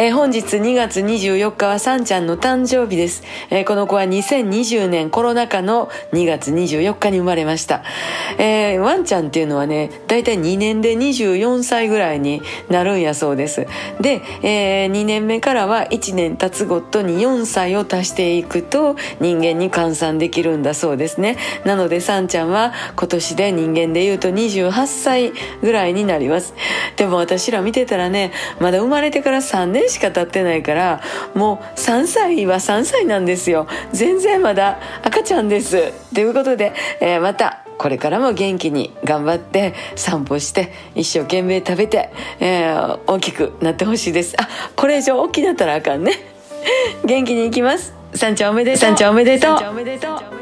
本日2月24日はさんちゃんの誕生日です。この子は2020年コロナ禍の2月24日に生まれました。ワンちゃんっていうのはね、だいたい2年で24歳ぐらいになるんやそうです。で、2年目からは1年経つごとに4歳を足していくと人間に換算できるんだそうですね。なのでさんちゃんは今年で人間で言うと28歳ぐらいになります。でも私ら見てたらね、まだ生まれてから3年しか経ってないから、もう3歳は3歳なんですよ。全然まだ赤ちゃんです。ということで、またこれからも元気に頑張って散歩して一生懸命食べて、大きくなってほしいです。これ以上大きくなったらあかんね。元気にいきます。さんちゃんおめでとう。さんちゃんおめでとう。